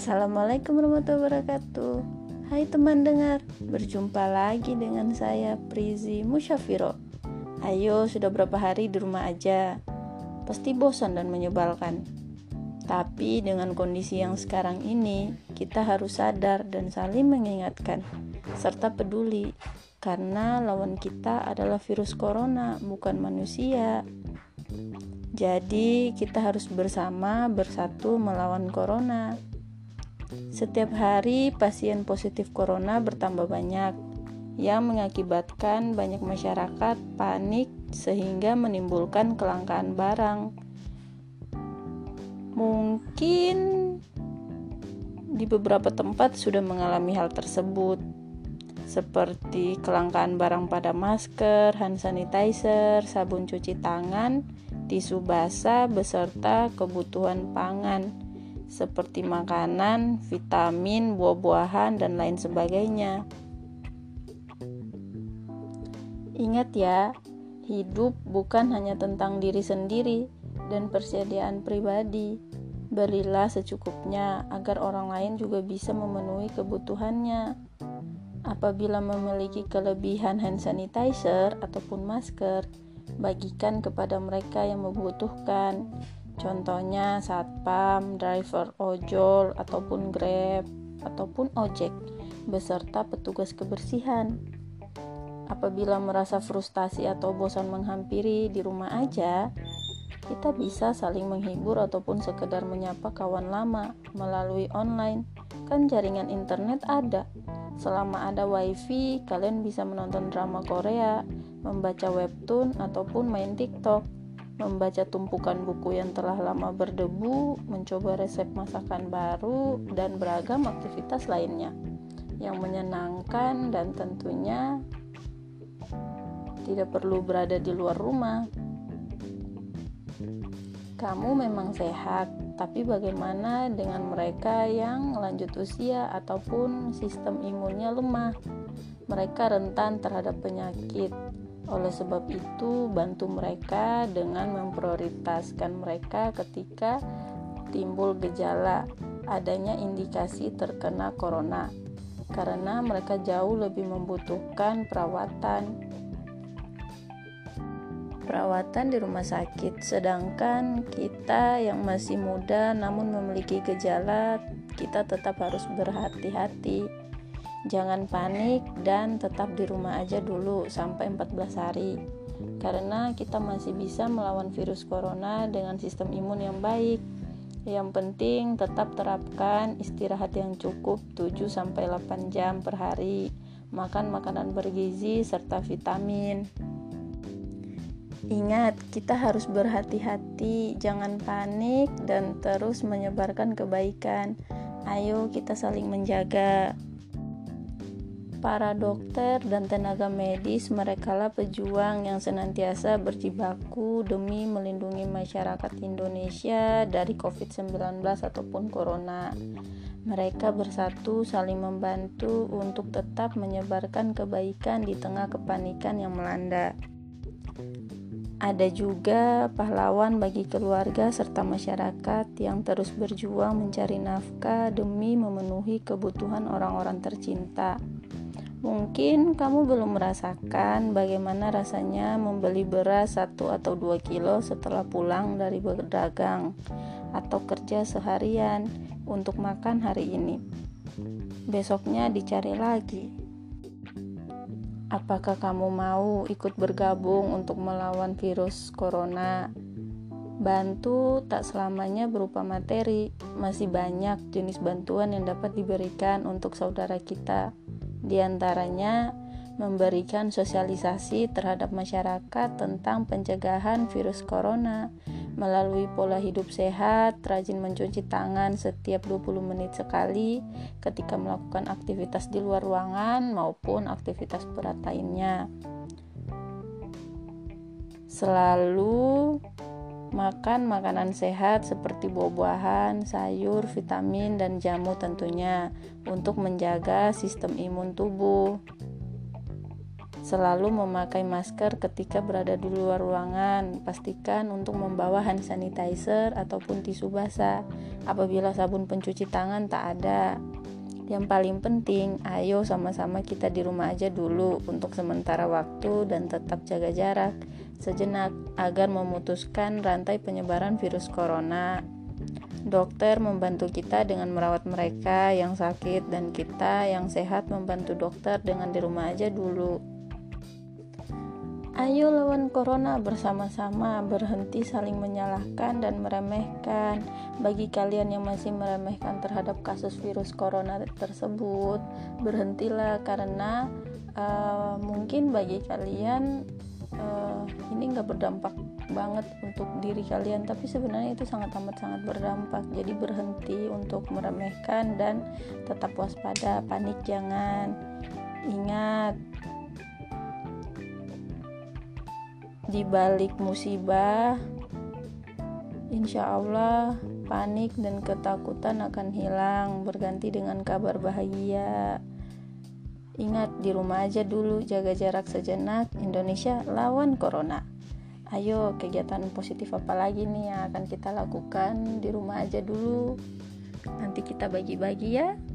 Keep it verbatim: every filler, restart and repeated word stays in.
Assalamualaikum warahmatullahi wabarakatuh. Hai teman dengar, berjumpa lagi dengan saya Prizi Musyafiro. Ayo, sudah berapa hari di rumah aja? Pasti bosan dan menyebalkan. Tapi dengan kondisi yang sekarang ini, kita harus sadar dan saling mengingatkan, serta peduli, karena lawan kita adalah virus corona, bukan manusia. Jadi kita harus bersama, bersatu melawan corona. Setiap hari pasien positif corona bertambah banyak, yang mengakibatkan banyak masyarakat panik sehingga menimbulkan kelangkaan barang. Mungkin di beberapa tempat sudah mengalami hal tersebut, seperti kelangkaan barang pada masker, hand sanitizer, sabun cuci tangan, tisu basah, beserta kebutuhan pangan seperti makanan, vitamin, buah-buahan, dan lain sebagainya. Ingat ya, hidup bukan hanya tentang diri sendiri dan persediaan pribadi. Berilah secukupnya agar orang lain juga bisa memenuhi kebutuhannya. Apabila memiliki kelebihan hand sanitizer ataupun masker, bagikan kepada mereka yang membutuhkan. Contohnya satpam, driver ojol, ataupun grab, ataupun ojek, beserta petugas kebersihan. Apabila merasa frustasi atau bosan menghampiri di rumah aja, kita bisa saling menghibur ataupun sekedar menyapa kawan lama melalui online. Kan jaringan internet ada. Selama ada wifi, kalian bisa menonton drama Korea, membaca webtoon, ataupun main TikTok, membaca tumpukan buku yang telah lama berdebu, mencoba resep masakan baru, dan beragam aktivitas lainnya yang menyenangkan dan tentunya tidak perlu berada di luar rumah. Kamu memang sehat, tapi bagaimana dengan mereka yang lanjut usia ataupun sistem imunnya lemah? Mereka rentan terhadap penyakit. Oleh sebab itu, bantu mereka dengan memprioritaskan mereka ketika timbul gejala adanya indikasi terkena corona, karena mereka jauh lebih membutuhkan perawatan. Perawatan di rumah sakit, sedangkan kita yang masih muda namun memiliki gejala, kita tetap harus berhati-hati. Jangan panik dan tetap di rumah aja dulu sampai empat belas hari, karena kita masih bisa melawan virus corona dengan sistem imun yang baik. Yang penting tetap terapkan istirahat yang cukup tujuh sampai delapan jam per hari, makan makanan bergizi serta vitamin. Ingat, kita harus berhati-hati, jangan panik dan terus menyebarkan kebaikan. Ayo kita saling menjaga. Para dokter dan tenaga medis, merekalah pejuang yang senantiasa berjibaku demi melindungi masyarakat Indonesia dari covid sembilan belas ataupun corona. Mereka bersatu saling membantu untuk tetap menyebarkan kebaikan di tengah kepanikan yang melanda. Ada juga pahlawan bagi keluarga serta masyarakat yang terus berjuang mencari nafkah demi memenuhi kebutuhan orang-orang tercinta. Mungkin kamu belum merasakan bagaimana rasanya membeli beras satu atau dua kilo setelah pulang dari berdagang atau kerja seharian untuk makan hari ini. Besoknya dicari lagi. Apakah kamu mau ikut bergabung untuk melawan virus corona? Bantu tak selamanya berupa materi, masih banyak jenis bantuan yang dapat diberikan untuk saudara kita. Di antaranya, memberikan sosialisasi terhadap masyarakat tentang pencegahan virus corona melalui pola hidup sehat, rajin mencuci tangan setiap dua puluh menit sekali ketika melakukan aktivitas di luar ruangan maupun aktivitas berat lainnya. Selalu makan makanan sehat seperti buah-buahan, sayur, vitamin, dan jamu tentunya untuk menjaga sistem imun tubuh. Selalu memakai masker ketika berada di luar ruangan. Pastikan untuk membawa hand sanitizer ataupun tisu basah apabila sabun pencuci tangan tak ada. Yang paling penting, ayo sama-sama kita di rumah aja dulu untuk sementara waktu dan tetap jaga jarak sejenak agar memutuskan rantai penyebaran virus corona. Dokter membantu kita dengan merawat mereka yang sakit dan kita yang sehat membantu dokter dengan di rumah aja dulu. Ayo lawan corona bersama-sama, berhenti saling menyalahkan dan meremehkan. Bagi kalian yang masih meremehkan terhadap kasus virus corona tersebut, berhentilah karena uh, mungkin bagi kalian uh, ini gak berdampak banget untuk diri kalian, tapi sebenarnya itu sangat amat sangat berdampak. Jadi berhenti untuk meremehkan dan tetap waspada, panik jangan. Ingat, di balik musibah, insya Allah panik dan ketakutan akan hilang, berganti dengan kabar bahagia. Ingat, di rumah aja dulu, jaga jarak sejenak. Indonesia lawan corona. Ayo, kegiatan positif apa lagi nih yang akan kita lakukan di rumah aja dulu? Nanti kita bagi-bagi ya.